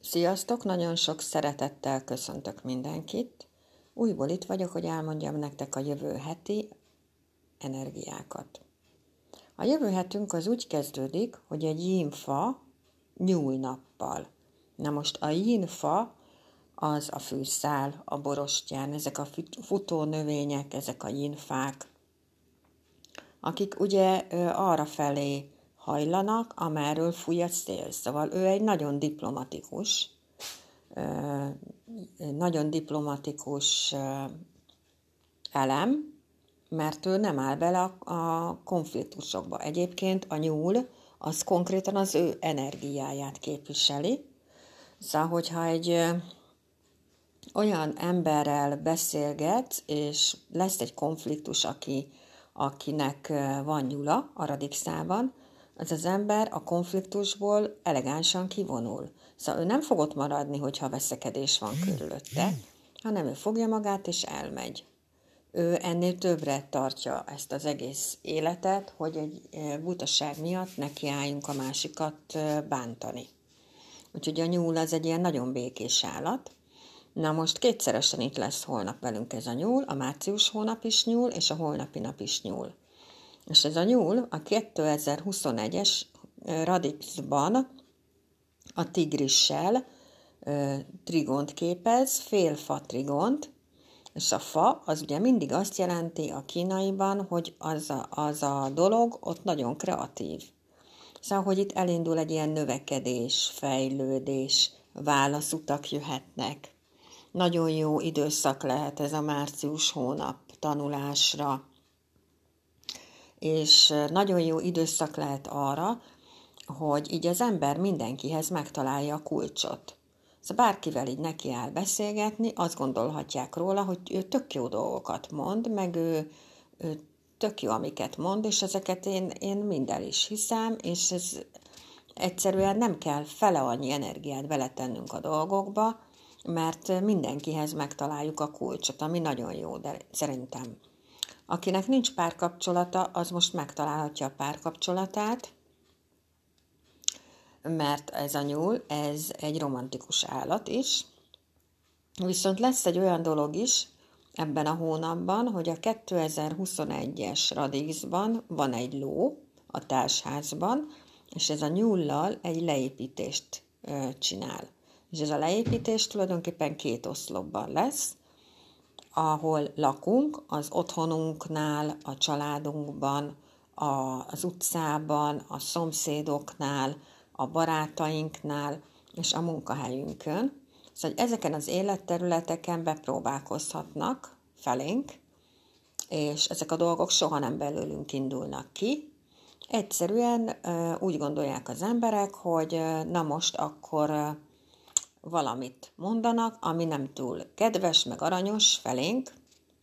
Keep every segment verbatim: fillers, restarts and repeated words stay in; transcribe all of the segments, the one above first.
Sziasztok! Nagyon sok szeretettel köszöntök mindenkit. Újból itt vagyok, hogy elmondjam nektek a jövő heti energiákat. A jövő hetünk az úgy kezdődik, hogy egy jínfa nyúlnappal. Na most a jínfa az a fűszál, a borostyán, ezek a futó növények, ezek a jínfák, akik ugye arra felé hajlanak, amerről fúj a szél. Szóval ő egy nagyon diplomatikus, nagyon diplomatikus elem, mert ő nem áll bele a konfliktusokba. Egyébként a nyúl az konkrétan az ő energiáját képviseli. Szóval, hogyha egy olyan emberrel beszélgetsz, és lesz egy konfliktus, aki, akinek van nyula a radikszában, az az ember a konfliktusból elegánsan kivonul. Szóval ő nem fog ott maradni, hogyha veszekedés van körülötte, hanem ő fogja magát és elmegy. Ő ennél többre tartja ezt az egész életet, hogy egy butaság miatt nekiálljunk a másikat bántani. Úgyhogy a nyúl az egy ilyen nagyon békés állat. Na most kétszeresen itt lesz holnap velünk ez a nyúl, a március hónap is nyúl, és a holnapi nap is nyúl. És ez a nyúl a kétezer-huszonegyes radixban a tigrissel trigont képez, fél fa trigont, és a fa az ugye mindig azt jelenti a kínaiban, hogy az a, az a dolog ott nagyon kreatív. Szóval, hogy itt elindul egy ilyen növekedés, fejlődés, válaszutak jöhetnek. Nagyon jó időszak lehet ez a március hónap tanulásra, és nagyon jó időszak lehet arra, hogy így az ember mindenkihez megtalálja a kulcsot. Szóval bárkivel így neki áll beszélgetni, azt gondolhatják róla, hogy ő tök jó dolgokat mond, meg ő, ő tök jó, amiket mond, és ezeket én, én minden is hiszem, és ez egyszerűen nem kell fele annyi energiát beletennünk a dolgokba, mert mindenkihez megtaláljuk a kulcsot, ami nagyon jó, de szerintem. Akinek nincs párkapcsolata, az most megtalálhatja a párkapcsolatát, mert ez a nyúl, ez egy romantikus állat is. Viszont lesz egy olyan dolog is ebben a hónapban, hogy a kétezer-huszonegyes radixban van egy ló a társházban, és ez a nyúllal egy leépítést ö, csinál. És ez a leépítés tulajdonképpen két oszlopban lesz, ahol lakunk, az otthonunknál, a családunkban, a, az utcában, a szomszédoknál, a barátainknál és a munkahelyünkön. Szóval ezeken az életterületeken bepróbálkozhatnak felénk, és ezek a dolgok soha nem belőlünk indulnak ki. Egyszerűen úgy gondolják az emberek, hogy na most akkor valamit mondanak, ami nem túl kedves, meg aranyos felénk,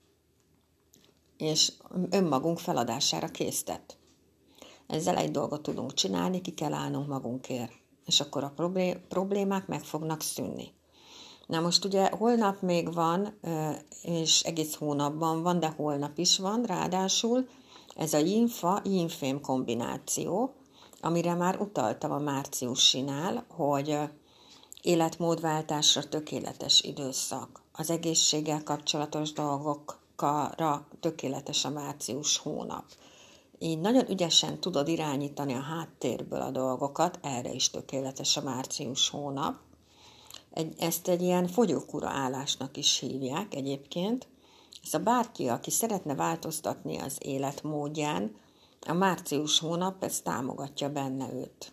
és önmagunk feladására késztet. Ezzel egy dolgot tudunk csinálni, ki kell állnunk magunkért, és akkor a problémák meg fognak szűnni. Na most ugye holnap még van, és egész hónapban van, de holnap is van, ráadásul ez a jínfa-jínfém kombináció, amire már utaltam a márciusinál, hogy életmódváltásra tökéletes időszak. Az egészséggel kapcsolatos dolgokra tökéletes a március hónap. Így nagyon ügyesen tudod irányítani a háttérből a dolgokat, erre is tökéletes a március hónap. Egy, ezt egy ilyen fogyókúra állásnak is hívják egyébként. Ez a bárki, aki szeretne változtatni az életmódján, a március hónap ezt támogatja benne őt.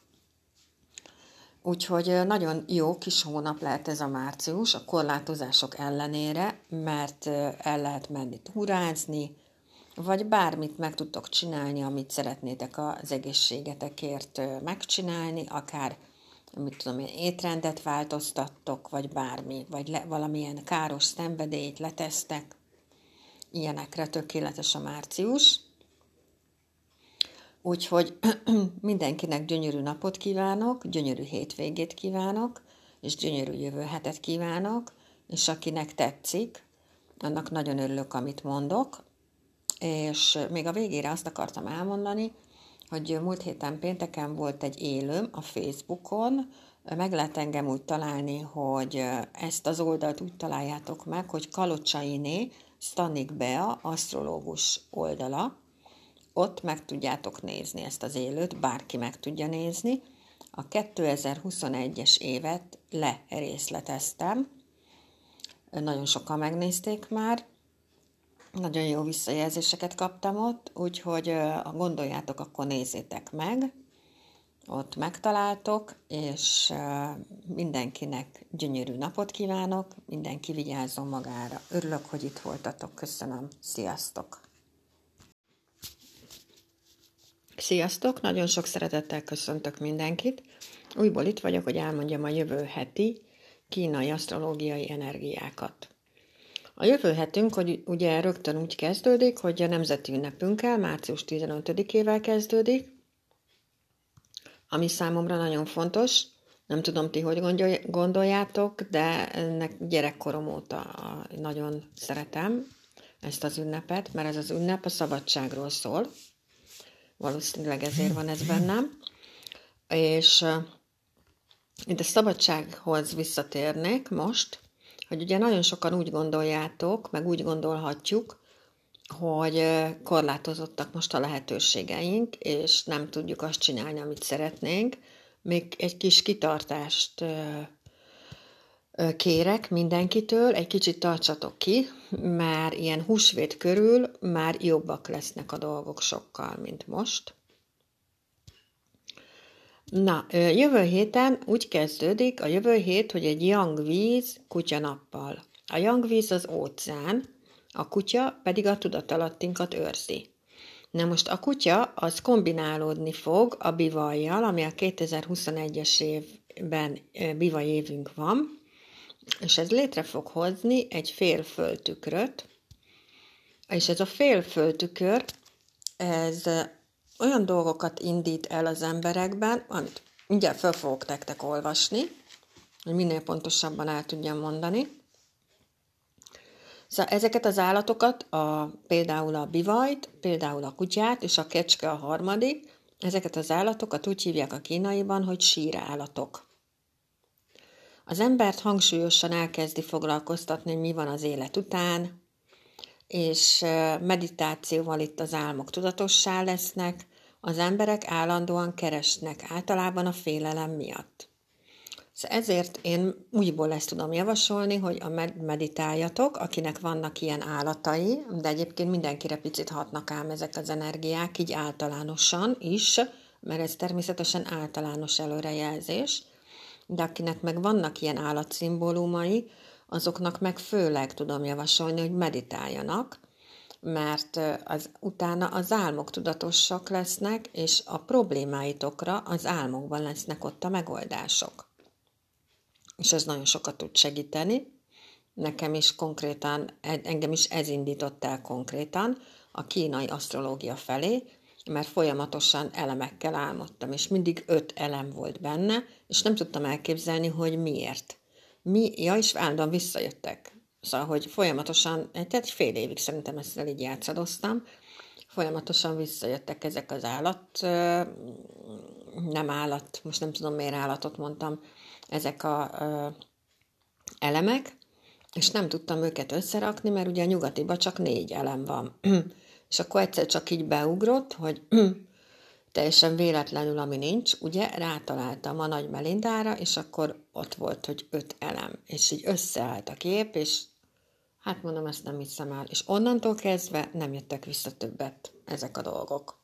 Úgyhogy nagyon jó kis hónap lehet ez a március a korlátozások ellenére, mert el lehet menni túrázni, vagy bármit meg tudtok csinálni, amit szeretnétek az egészségetekért megcsinálni, akár mit tudom én, étrendet változtattok, vagy bármi, vagy le, valamilyen káros szenvedélyt letesztek. Ilyenekre tökéletes a március. Úgyhogy mindenkinek gyönyörű napot kívánok, gyönyörű hétvégét kívánok, és gyönyörű jövő hetet kívánok, és akinek tetszik, annak nagyon örülök, amit mondok. És még a végére azt akartam elmondani, hogy múlt héten pénteken volt egy élőm a Facebookon, meg lehet engem úgy találni, hogy ezt az oldalt úgy találjátok meg, hogy Kalocsainé Stanik Bea asztrológus oldala. Ott meg tudjátok nézni ezt az élőt, bárki meg tudja nézni. A kétezer-huszonegyes évet lerészleteztem. Nagyon sokan megnézték már. Nagyon jó visszajelzéseket kaptam ott, úgyhogy ha gondoljátok, akkor nézzétek meg. Ott megtaláltok, és mindenkinek gyönyörű napot kívánok, mindenki vigyázzon magára. Örülök, hogy itt voltatok, köszönöm, sziasztok! Sziasztok, nagyon sok szeretettel köszöntök mindenkit. Újból itt vagyok, hogy elmondjam a jövő heti kínai asztrológiai energiákat. A jövő hetünk, hogy ugye rögtön úgy kezdődik, hogy a nemzeti ünnepünkkel, március tizenötödikével kezdődik, ami számomra nagyon fontos. Nem tudom, ti hogy gondoljátok, de ennek gyerekkorom óta nagyon szeretem ezt az ünnepet, mert ez az ünnep a szabadságról szól. Valószínűleg ezért van ez bennem. És itt a szabadsághoz visszatérnék most, hogy ugye nagyon sokan úgy gondoljátok, meg úgy gondolhatjuk, hogy korlátozottak most a lehetőségeink, és nem tudjuk azt csinálni, amit szeretnénk. Még egy kis kitartást kérek mindenkitől, egy kicsit tartsatok ki, mert ilyen húsvét körül már jobbak lesznek a dolgok sokkal, mint most. Na, jövő héten úgy kezdődik a jövő hét, hogy egy yang víz kutyanappal. A yang víz az óceán, a kutya pedig a tudatalattinkat őrzi. Na most a kutya az kombinálódni fog a bivajjal, ami a kétezer-huszonegyes évben bivaj évünk van, és ez létre fog hozni egy félföldtükröt, és ez a félföldtükör, ez olyan dolgokat indít el az emberekben, amit mindjárt fel fogok nektek olvasni, hogy minél pontosabban el tudjam mondani. Szóval ezeket az állatokat, a, például a bivajt, például a kutyát, és a kecske a harmadik, ezeket az állatokat úgy hívják a kínaiban, hogy sírállatok. Az embert hangsúlyosan elkezdi foglalkoztatni, hogy mi van az élet után, és meditációval itt az álmok tudatossá lesznek, az emberek állandóan keresnek, általában a félelem miatt. Szóval ezért én újból ezt tudom javasolni, hogy a meditáljatok, akinek vannak ilyen állatai, de egyébként mindenkire picit hatnak ám ezek az energiák, így általánosan is, mert ez természetesen általános előrejelzés, de akinek meg vannak ilyen állatszimbólumai, azoknak meg főleg tudom javasolni, hogy meditáljanak, mert az, utána az álmok tudatosak lesznek, és a problémáitokra az álmokban lesznek ott a megoldások. És ez nagyon sokat tud segíteni. Nekem is konkrétan, engem is ez indított el konkrétan a kínai asztrológia felé, mert folyamatosan elemekkel álmodtam, és mindig öt elem volt benne, és nem tudtam elképzelni, hogy miért. Mi, ja, és állandóan visszajöttek. Szóval, hogy folyamatosan, tehát fél évig szerintem ezzel így játszadoztam, folyamatosan visszajöttek ezek az állat, nem állat, most nem tudom miért állatot mondtam, ezek a elemek, és nem tudtam őket összerakni, mert ugye a nyugatiban csak négy elem van. És akkor egyszer csak így beugrott, hogy teljesen véletlenül, ami nincs, ugye rátaláltam a Nagy Melindára, és akkor ott volt, hogy öt elem, és így összeállt a kép, és hát mondom, ezt nem hiszem el. És onnantól kezdve nem jöttek vissza többet ezek a dolgok.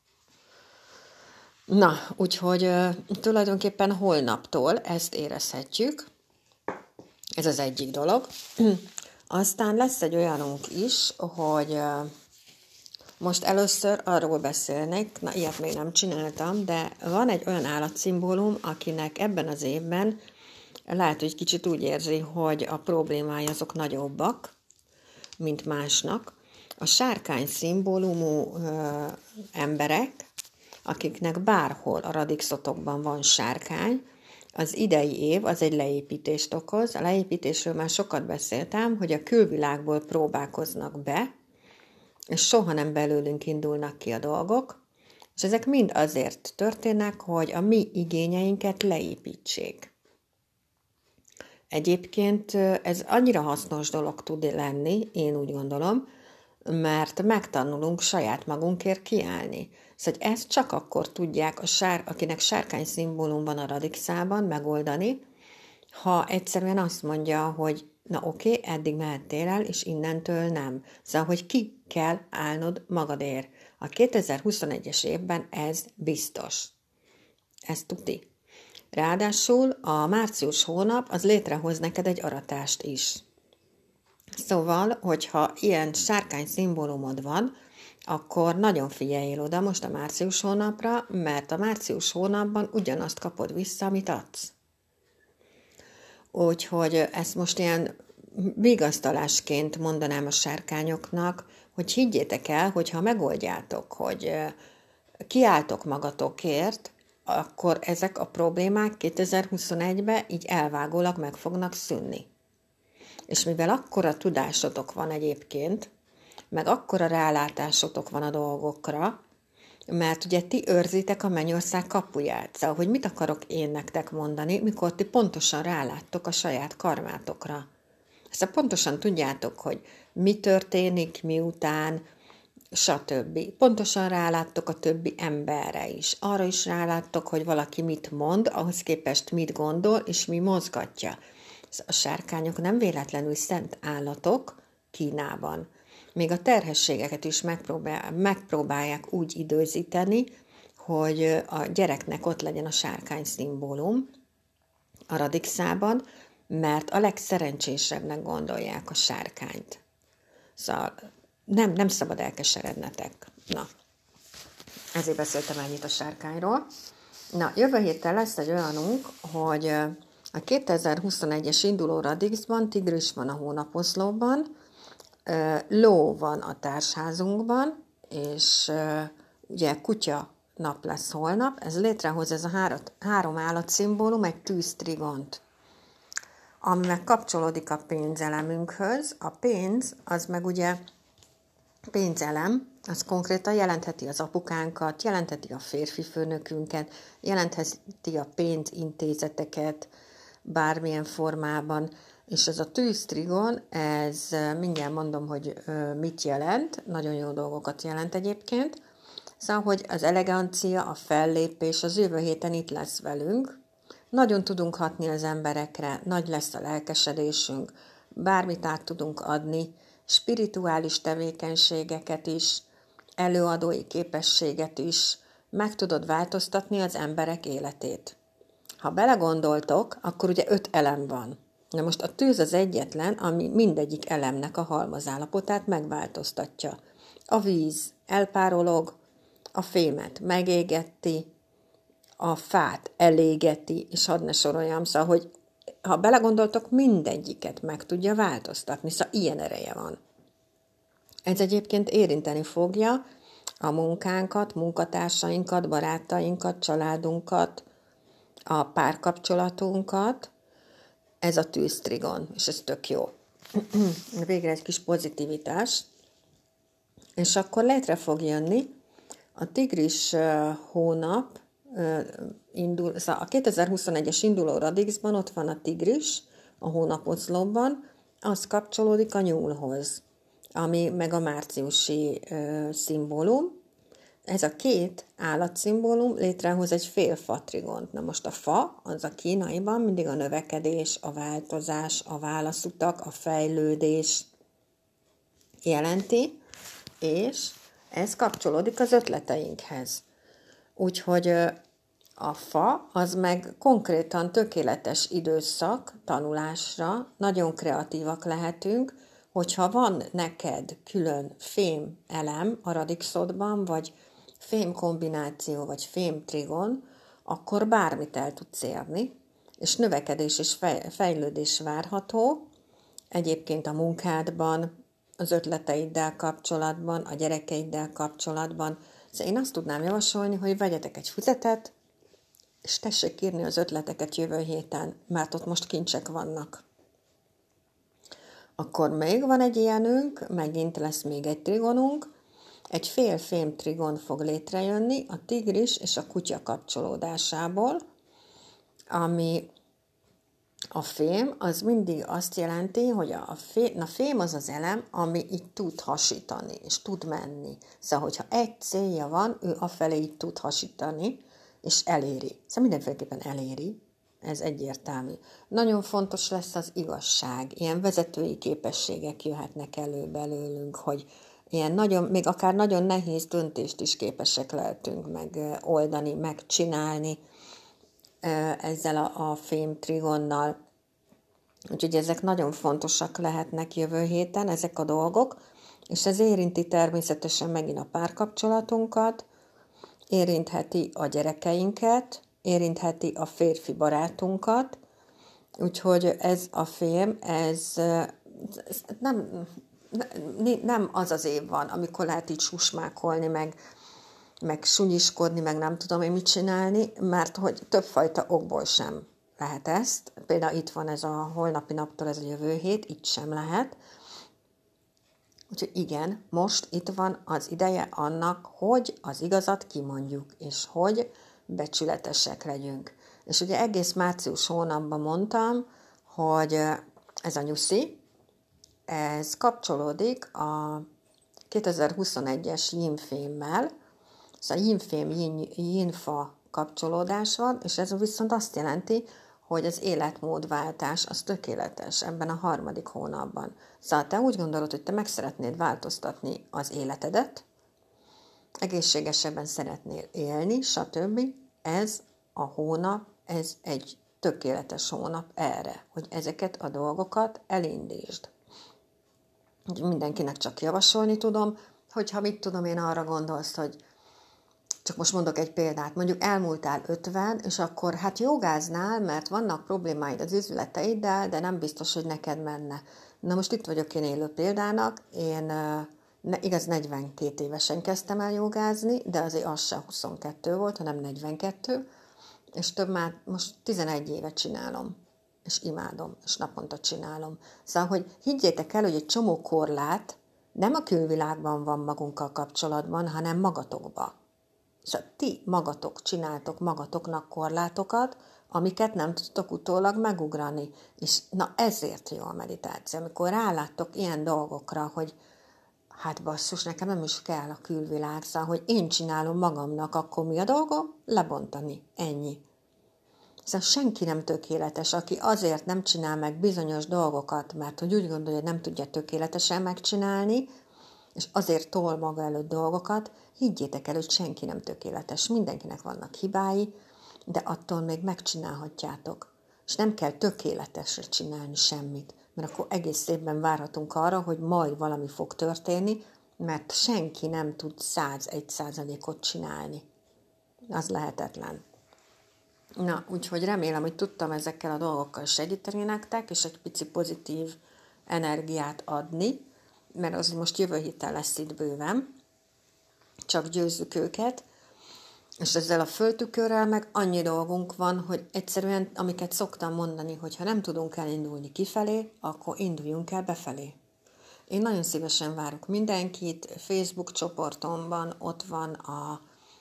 Na, úgyhogy uh, tulajdonképpen holnaptól ezt érezhetjük. Ez az egyik dolog. Aztán lesz egy olyanunk is, hogy uh, most először arról beszélnék, na ilyet még nem csináltam, de van egy olyan állatszimbólum, akinek ebben az évben lehet, hogy kicsit úgy érzi, hogy a problémái azok nagyobbak, mint másnak. A sárkány szimbólumú ö, emberek, akiknek bárhol a radikszotokban van sárkány, az idei év az egy leépítést okoz. A leépítésről már sokat beszéltem, hogy a külvilágból próbálkoznak be, és soha nem belőlünk indulnak ki a dolgok, És ezek mind azért történnek, hogy a mi igényeinket leépítsék. Egyébként ez annyira hasznos dolog tud lenni, én úgy gondolom, mert megtanulunk saját magunkért kiállni. Szóval ezt csak akkor tudják, a sár, akinek sárkány szimbólum van a radixában, megoldani, ha egyszerűen azt mondja, hogy na oké, eddig mehettél el, és innentől nem. Szóval, hogy ki kell állnod magadért. A kétezer-huszonegyes évben ez biztos. Ez tuti. Ráadásul a március hónap az létrehoz neked egy aratást is. Szóval, hogyha ilyen sárkány szimbólumod van, akkor nagyon figyeljél oda most a március hónapra, mert a március hónapban ugyanazt kapod vissza, amit adsz. Úgyhogy ezt most ilyen vigasztalásként mondanám a sárkányoknak, hogy higgyétek el, hogyha megoldjátok, hogy kiálltok magatokért, akkor ezek a problémák kétezer-huszonegyben így elvágólag meg fognak szűnni. És mivel akkora tudásotok van egyébként, meg akkora rálátásotok van a dolgokra, mert ugye ti őrzitek a mennyország kapuját. Szóval, hogy mit akarok én nektek mondani, mikor ti pontosan ráláttok a saját karmátokra. Szóval pontosan tudjátok, hogy mi történik, miután, stb. Pontosan ráláttok a többi emberre is. Arra is ráláttok, hogy valaki mit mond, ahhoz képest mit gondol, és mi mozgatja. A sárkányok nem véletlenül szent állatok Kínában. Még a terhességeket is megpróbál, megpróbálják úgy időzíteni, hogy a gyereknek ott legyen a sárkány szimbólum a radixában, mert a legszerencsésebbnek gondolják a sárkányt. Szóval nem, nem szabad elkeserednetek. Na, ezért beszéltem ennyit a sárkányról. Na, jövő héten lesz egy olyanunk, hogy a kétezer-huszonegyes induló radixban tigris van a hónaposzlóban, ló van a társházunkban, és ugye kutya nap lesz holnap, ez létrehoz ez a három, három állatszimbólum, egy tűztrigont, ami meg kapcsolódik a pénzelemünkhöz. A pénz, az meg ugye pénzelem, az konkrétan jelentheti az apukánkat, jelentheti a férfi főnökünket, jelentheti a pénzintézeteket bármilyen formában, és ez a tűztrigon, ez mindjárt mondom, hogy mit jelent, nagyon jó dolgokat jelent egyébként. Szóval, hogy az elegancia, a fellépés az jövő héten itt lesz velünk, nagyon tudunk hatni az emberekre, nagy lesz a lelkesedésünk, bármit át tudunk adni, spirituális tevékenységeket is, előadói képességet is, meg tudod változtatni az emberek életét. Ha belegondoltok, akkor ugye öt elem van. Na most a tűz az egyetlen, ami mindegyik elemnek a halmazállapotát megváltoztatja. A víz elpárolog, a fémet megégeti, a fát elégeti, és hadd ne soroljam, szóval, hogy ha belegondoltok, mindegyiket meg tudja változtatni, szóval ilyen ereje van. Ez egyébként érinteni fogja a munkánkat, munkatársainkat, barátainkat, családunkat, a párkapcsolatunkat, ez a tűztrigon, és ez tök jó. Végre egy kis pozitivitás. És akkor létre fog jönni a tigris hónap, indul, szóval a kétezer-huszonegyes induló radixban ott van a tigris, a hónaposzlopban, az kapcsolódik a nyúlhoz, ami meg a márciusi ö, szimbólum. Ez a két állatszimbólum létrehoz egy fél fatrigont. Na most a fa, az a kínaiban mindig a növekedés, a változás, a válaszutak, a fejlődés jelenti, és ez kapcsolódik az ötleteinkhez. Úgyhogy a fa az meg konkrétan tökéletes időszak tanulásra, nagyon kreatívak lehetünk, hogyha van neked külön fém elem a radixodban, vagy fém kombináció, vagy fém trigon, akkor bármit el tudsz érni, és növekedés és fejlődés várható, egyébként a munkádban, az ötleteiddel kapcsolatban, a gyerekeiddel kapcsolatban. Szóval én azt tudnám javasolni, hogy vegyetek egy füzetet, és tessék írni az ötleteket jövő héten, mert ott most kincsek vannak. Akkor még van egy ilyenünk, megint lesz még egy trigonunk, egy fél fémtrigon fog létrejönni a tigris és a kutya kapcsolódásából, ami a fém, az mindig azt jelenti, hogy a fém, a fém az az elem, ami így tud hasítani, és tud menni. Szóval, hogyha egy célja van, ő afelé így tud hasítani, és eléri. Szóval mindenféleképpen eléri, ez egyértelmű. Nagyon fontos lesz az igazság, ilyen vezetői képességek jöhetnek elő belőlünk, hogy ilyen nagyon, még akár nagyon nehéz döntést is képesek lehetünk megoldani, megcsinálni ezzel a, a fém trigonnal. Úgyhogy ezek nagyon fontosak lehetnek jövő héten, ezek a dolgok, és ez érinti természetesen megint a párkapcsolatunkat, érintheti a gyerekeinket, érintheti a férfi barátunkat, úgyhogy ez a fém, ez, ez nem, nem az az év van, amikor lehet így susmákolni, meg, meg sunyiskodni, meg nem tudom én mit csinálni, mert hogy többfajta okból sem lehet ezt. Például itt van ez a holnapi naptól, ez a jövő hét, itt sem lehet. Úgyhogy igen, most itt van az ideje annak, hogy az igazat kimondjuk, és hogy becsületesek legyünk. És ugye egész március hónapban mondtam, hogy ez a nyuszi, ez kapcsolódik a kétezer-huszonegyes yin-fémmel, szóval yin-fém, yin-fa kapcsolódás van, és ez viszont azt jelenti, hogy az életmódváltás az tökéletes ebben a harmadik hónapban. Szóval te úgy gondolod, hogy te meg szeretnéd változtatni az életedet, egészségesebben szeretnél élni, stb. Ez a hónap, ez egy tökéletes hónap erre, hogy ezeket a dolgokat elindítsd. Mindenkinek csak javasolni tudom, hogyha mit tudom én arra gondolsz, hogy csak most mondok egy példát, mondjuk elmúltál ötven, és akkor hát jogáznál, mert vannak problémáid az üzleteiddel, de nem biztos, hogy neked menne. Na most itt vagyok én élő példának, én ne, igaz negyvenkét évesen kezdtem el jogázni, de azért az se huszonkettő volt, hanem negyvenkettő, és több már most tizenegy éve csinálom, és imádom, és naponta csinálom. Szóval, hogy higgyétek el, hogy egy csomó korlát nem a külvilágban van magunkkal kapcsolatban, hanem magatokban. Szóval ti magatok csináltok magatoknak korlátokat, amiket nem tudtok utólag megugrani. És na ezért jó a meditáció, amikor ráláttok ilyen dolgokra, hogy hát basszus, nekem nem is kell a külvilág, szóval, hogy én csinálom magamnak, akkor mi a dolgom? Lebontani. Ennyi. Szóval senki nem tökéletes, aki azért nem csinál meg bizonyos dolgokat, mert hogy úgy gondolja, hogy nem tudja tökéletesen megcsinálni, és azért tol maga előtt dolgokat, higgyétek el, hogy senki nem tökéletes, mindenkinek vannak hibái, de attól még megcsinálhatjátok. És nem kell tökéletesre csinálni semmit, mert akkor egész évben várhatunk arra, hogy majd valami fog történni, mert senki nem tud százegy százalékot csinálni. Az lehetetlen. Na, úgyhogy remélem, hogy tudtam ezekkel a dolgokkal segíteni nektek, és egy pici pozitív energiát adni, mert az most jövő héten lesz itt bőven, csak győzzük őket, és ezzel a földtükörrel meg annyi dolgunk van, hogy egyszerűen, amiket szoktam mondani, hogy ha nem tudunk elindulni kifelé, akkor induljunk el befelé. Én nagyon szívesen várok mindenkit, Facebook csoportomban, ott van a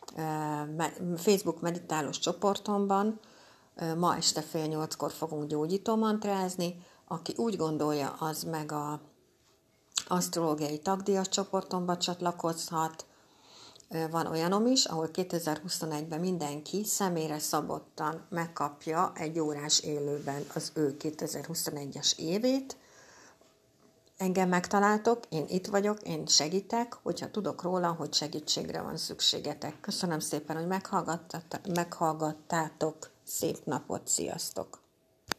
Facebook meditálós csoportomban, ma este fél nyolckor fogunk gyógyító mantrázni, aki úgy gondolja, az meg a asztrológiai tagdíjas csoportomba csatlakozhat. Van olyanom is, ahol kétezer-huszonegyben mindenki személyre szabottan megkapja egy órás élőben az ő kétezer-huszonegyes évét. Engem megtaláltok, én itt vagyok, én segítek, hogyha tudok róla, hogy segítségre van szükségetek. Köszönöm szépen, hogy meghallgattátok, szép napot, sziasztok!